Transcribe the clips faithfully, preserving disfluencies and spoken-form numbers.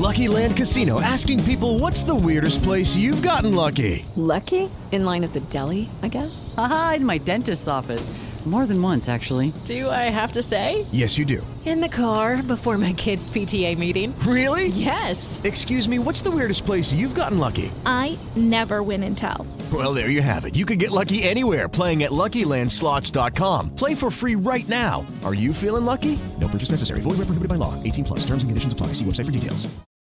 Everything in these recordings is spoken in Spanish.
Lucky Land Casino, asking people, what's the weirdest place you've gotten lucky? Lucky? In line at the deli, I guess? Aha, in my dentist's office. More than once, actually. Do I have to say? Yes, you do. In the car before my kids' P T A meeting. Really? Yes. Excuse me, what's the weirdest place you've gotten lucky? I never win and tell. Well, there you have it. You can get lucky anywhere, playing at Lucky Land Slots dot com. Play for free right now. Are you feeling lucky? No purchase necessary. Void where prohibited by law. eighteen plus. Terms and conditions apply. See website for details.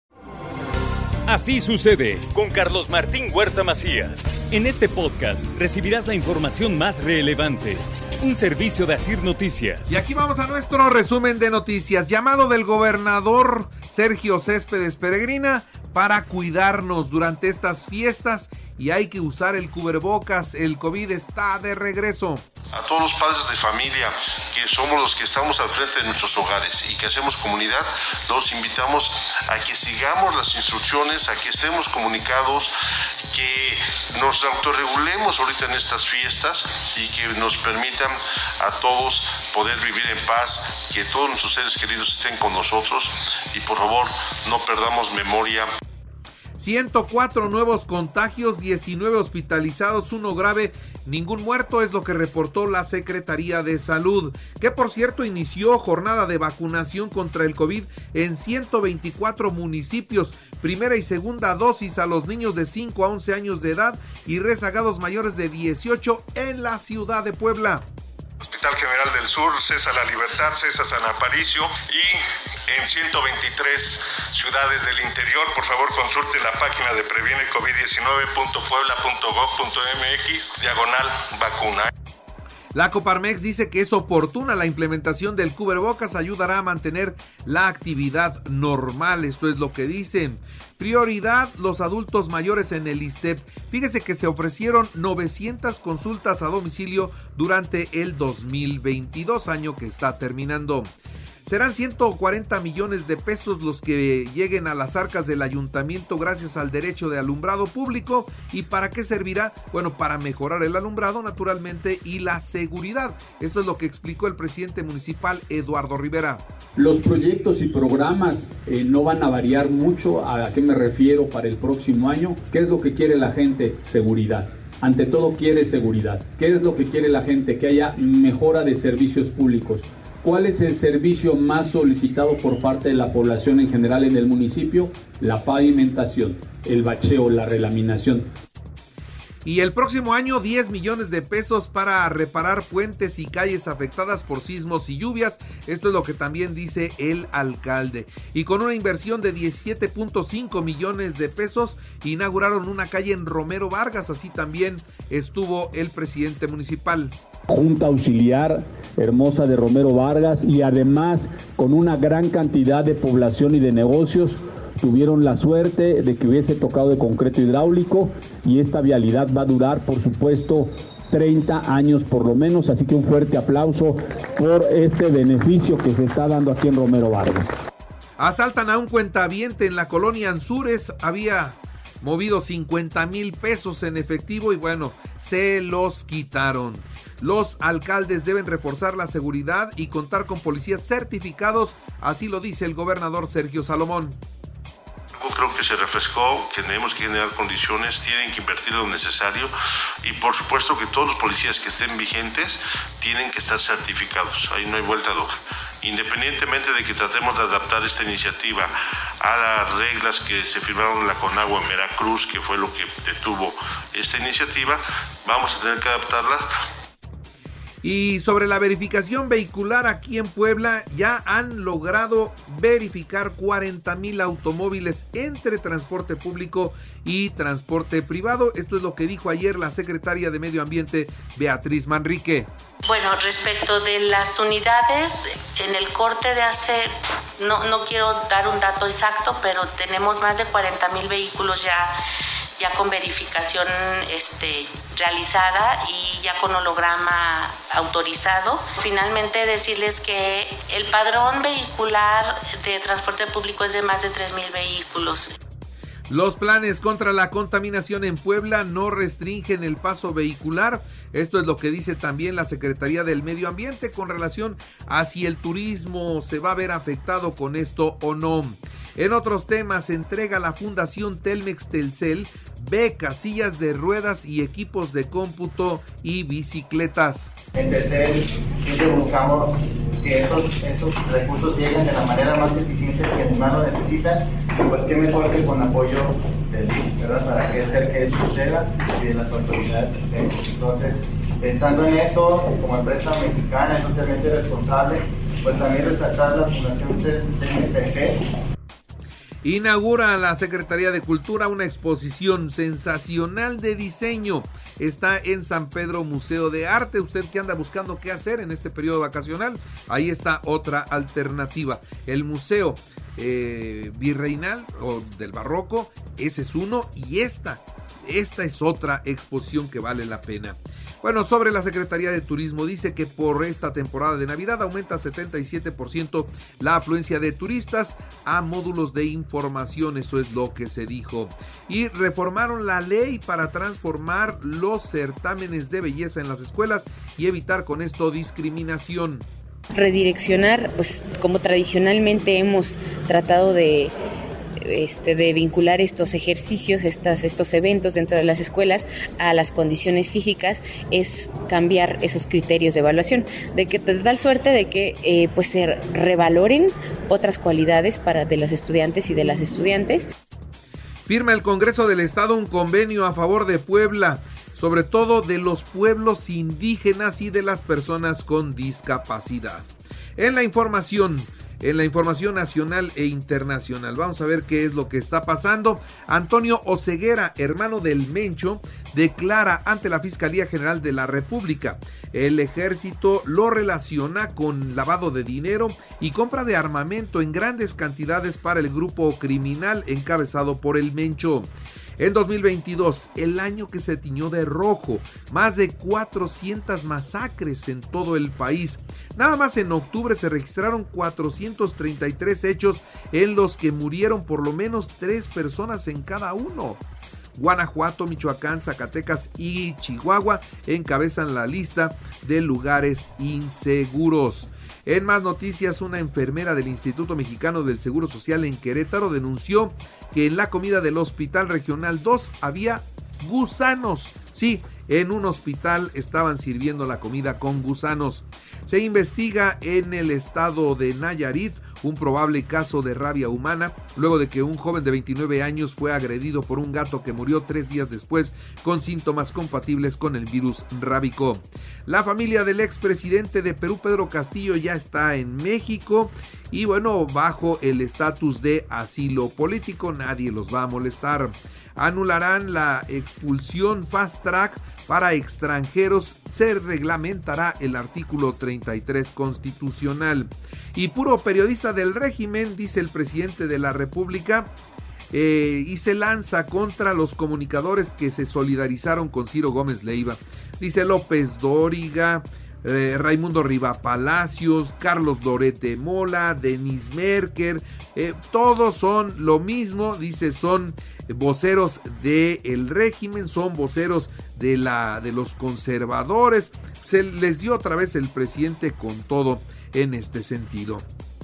Así sucede con Carlos Martín Huerta Macías. En este podcast recibirás la información más relevante. Un servicio de Asir Noticias. Y aquí vamos a nuestro resumen de noticias. Llamado del gobernador Sergio Céspedes Peregrina para cuidarnos durante estas fiestas y hay que usar el cubrebocas. El COVID está de regreso. A todos los padres de familia que somos los que estamos al frente de nuestros hogares y que hacemos comunidad, los invitamos a que sigamos las instrucciones, a que estemos comunicados, que nos autorregulemos ahorita en estas fiestas y que nos permitan a todos poder vivir en paz, que todos nuestros seres queridos estén con nosotros y por favor no perdamos memoria. ciento cuatro nuevos contagios, diecinueve hospitalizados, uno grave, ningún muerto, es lo que reportó la Secretaría de Salud, que por cierto inició jornada de vacunación contra el COVID en ciento veinticuatro municipios, primera y segunda dosis a los niños de cinco a once años de edad y rezagados mayores de dieciocho en la ciudad de Puebla. Hospital General del Sur, César La Libertad, César San Aparicio y en ciento veintitrés ciudades del interior. Por favor, consulte la página de previene covid diecinueve punto puebla punto gob punto mx, diagonal vacuna. La Coparmex dice que es oportuna la implementación del cubrebocas, ayudará a mantener la actividad normal, esto es lo que dicen. Prioridad los adultos mayores en el ISSSTE P. Fíjese que se ofrecieron novecientas consultas a domicilio durante el dos mil veintidós, año que está terminando. Serán ciento cuarenta millones de pesos los que lleguen a las arcas del ayuntamiento gracias al derecho de alumbrado público. ¿Y para qué servirá? Bueno, para mejorar el alumbrado naturalmente y la seguridad. Esto es lo que explicó el presidente municipal Eduardo Rivera. Los proyectos y programas eh, no van a variar mucho. ¿A qué me refiero para el próximo año? ¿Qué es lo que quiere la gente? Seguridad. Ante todo quiere seguridad. ¿Qué es lo que quiere la gente? Que haya mejora de servicios públicos. ¿Cuál es el servicio más solicitado por parte de la población en general en el municipio? La pavimentación, el bacheo, la relaminación. Y el próximo año diez millones de pesos para reparar puentes y calles afectadas por sismos y lluvias. Esto es lo que también dice el alcalde. Y con una inversión de diecisiete punto cinco millones de pesos inauguraron una calle en Romero Vargas. Así también estuvo el presidente municipal. Junta Auxiliar hermosa de Romero Vargas y además con una gran cantidad de población y de negocios tuvieron la suerte de que hubiese tocado de concreto hidráulico y esta vialidad va a durar, por supuesto, treinta años por lo menos, así que un fuerte aplauso por este beneficio que se está dando aquí en Romero Vargas. Asaltan a un cuentaviente en la colonia Anzures, había movido cincuenta mil pesos en efectivo y bueno, se los quitaron. Los alcaldes deben reforzar la seguridad y contar con policías certificados, así lo dice el gobernador Sergio Salomón. Creo que se refrescó, que tenemos que generar condiciones, tienen que invertir lo necesario y por supuesto que todos los policías que estén vigentes tienen que estar certificados, ahí no hay vuelta de hoja. Independientemente de que tratemos de adaptar esta iniciativa a las reglas que se firmaron en la Conagua en Veracruz, que fue lo que detuvo esta iniciativa, vamos a tener que adaptarla. Y sobre la verificación vehicular aquí en Puebla, ya han logrado verificar cuarenta mil automóviles entre transporte público y transporte privado. Esto es lo que dijo ayer la secretaria de Medio Ambiente, Beatriz Manrique. Bueno, respecto de las unidades, en el corte de hace, no, no quiero dar un dato exacto, pero tenemos más de cuarenta mil vehículos ya ya con verificación este, realizada y ya con holograma autorizado. Finalmente decirles que el padrón vehicular de transporte público es de más de tres mil vehículos. Los planes contra la contaminación en Puebla no restringen el paso vehicular. Esto es lo que dice también la Secretaría del Medio Ambiente con relación a si el turismo se va a ver afectado con esto o no. En otros temas, entrega la Fundación Telmex Telcel becas, sillas de ruedas y equipos de cómputo y bicicletas. En Telcel siempre buscamos que esos, esos recursos lleguen de la manera más eficiente que más lo necesitan, y pues qué mejor que con apoyo del I N, ¿verdad? Para que hacer que eso suceda y de las autoridades presentes. Entonces, pensando en eso, como empresa mexicana socialmente responsable, pues también resaltar la Fundación Telmex Telcel. Inaugura la Secretaría de Cultura una exposición sensacional de diseño. Está en San Pedro Museo de Arte. Usted que anda buscando qué hacer en este periodo vacacional, ahí está otra alternativa. El Museo eh, Virreinal o del Barroco, ese es uno, y esta, esta es otra exposición que vale la pena. Bueno, sobre la Secretaría de Turismo, dice que por esta temporada de Navidad aumenta setenta y siete por ciento la afluencia de turistas a módulos de información, eso es lo que se dijo. Y reformaron la ley para transformar los certámenes de belleza en las escuelas y evitar con esto discriminación. Redireccionar, pues como tradicionalmente hemos tratado de... Este, de vincular estos ejercicios, estas, estos eventos dentro de las escuelas a las condiciones físicas, es cambiar esos criterios de evaluación, de que te da suerte de que eh, pues se revaloren otras cualidades para de los estudiantes y de las estudiantes. Firma el Congreso del Estado un convenio a favor de Puebla, sobre todo de los pueblos indígenas y de las personas con discapacidad. En la información En la información nacional e internacional, vamos a ver qué es lo que está pasando. Antonio Oseguera, hermano del Mencho, declara ante la Fiscalía General de la República. El ejército lo relaciona con lavado de dinero y compra de armamento en grandes cantidades para el grupo criminal encabezado por el Mencho. En dos mil veintidós, el año que se tiñó de rojo, más de cuatrocientas masacres en todo el país. Nada más en octubre se registraron cuatrocientos treinta y tres hechos en los que murieron por lo menos tres personas en cada uno. Guanajuato, Michoacán, Zacatecas y Chihuahua encabezan la lista de lugares inseguros. En más noticias, una enfermera del Instituto Mexicano del Seguro Social en Querétaro denunció que en la comida del Hospital Regional dos había gusanos. Sí, en un hospital estaban sirviendo la comida con gusanos. Se investiga en el estado de Nayarit un probable caso de rabia humana, luego de que un joven de veintinueve años fue agredido por un gato que murió tres días después con síntomas compatibles con el virus rábico. La familia del expresidente de Perú, Pedro Castillo, ya está en México y bueno, bajo el estatus de asilo político, nadie los va a molestar. Anularán la expulsión fast track para extranjeros, se reglamentará el artículo treinta y tres constitucional. Y puro periodista del régimen, dice el presidente de la República, eh, y se lanza contra los comunicadores que se solidarizaron con Ciro Gómez Leiva. Dice López Dóriga, Eh, Raimundo Riva Palacios, Carlos Loret de Mola, Denis Merker, eh, todos son lo mismo, dice, son voceros del régimen, son voceros de, la, de los conservadores. Se les dio otra vez el presidente con todo en este sentido.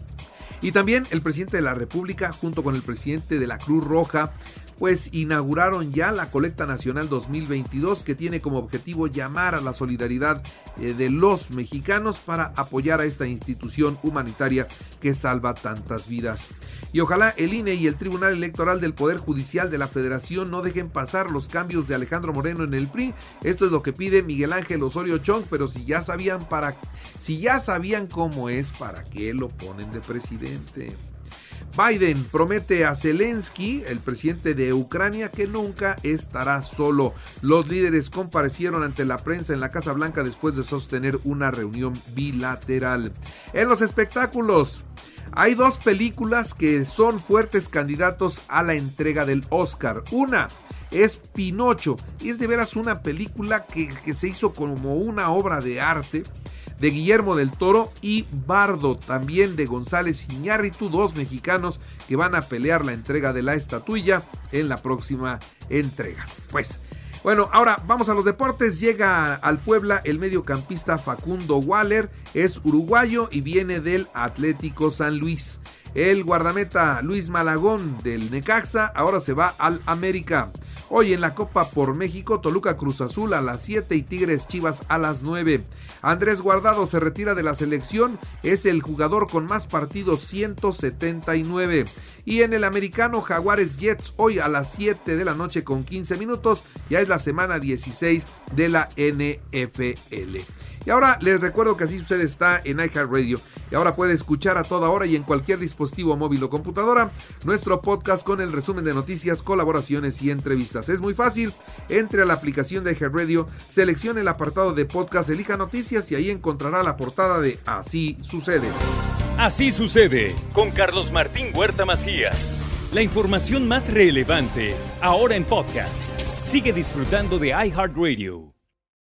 Y también el presidente de la República junto con el presidente de la Cruz Roja pues inauguraron ya la Colecta Nacional dos mil veintidós, que tiene como objetivo llamar a la solidaridad eh, de los mexicanos para apoyar a esta institución humanitaria que salva tantas vidas. Y ojalá el I N E y el Tribunal Electoral del Poder Judicial de la Federación no dejen pasar los cambios de Alejandro Moreno en el P R I. Esto es lo que pide Miguel Ángel Osorio Chong, pero si ya sabían para, si ya sabían cómo es, ¿para qué lo ponen de presidente? Biden promete a Zelensky, el presidente de Ucrania, que nunca estará solo. Los líderes comparecieron ante la prensa en la Casa Blanca después de sostener una reunión bilateral. En los espectáculos, hay dos películas que son fuertes candidatos a la entrega del Oscar. Una es Pinocho, y es de veras una película que, que se hizo como una obra de arte, de Guillermo del Toro, y Bardo, también de González Iñárritu, dos mexicanos que van a pelear la entrega de la estatuilla en la próxima entrega. Pues Bueno, ahora vamos a los deportes. Llega al Puebla el mediocampista Facundo Waller, es uruguayo y viene del Atlético San Luis. El guardameta Luis Malagón del Necaxa ahora se va al América. Hoy en la Copa por México, Toluca Cruz Azul a las siete y Tigres Chivas a las nueve. Andrés Guardado se retira de la selección, es el jugador con más partidos, ciento setenta y nueve. Y en el americano, Jaguares Jets hoy a las siete de la noche con quince minutos, ya es la semana dieciséis de la N F L. Y ahora les recuerdo que Así Sucede está en iHeartRadio y ahora puede escuchar a toda hora y en cualquier dispositivo móvil o computadora nuestro podcast con el resumen de noticias, colaboraciones y entrevistas. Es muy fácil, entre a la aplicación de iHeartRadio, seleccione el apartado de podcast, elija noticias y ahí encontrará la portada de Así Sucede. Así Sucede con Carlos Martín Huerta Macías. La información más relevante ahora en podcast. Sigue disfrutando de iHeartRadio.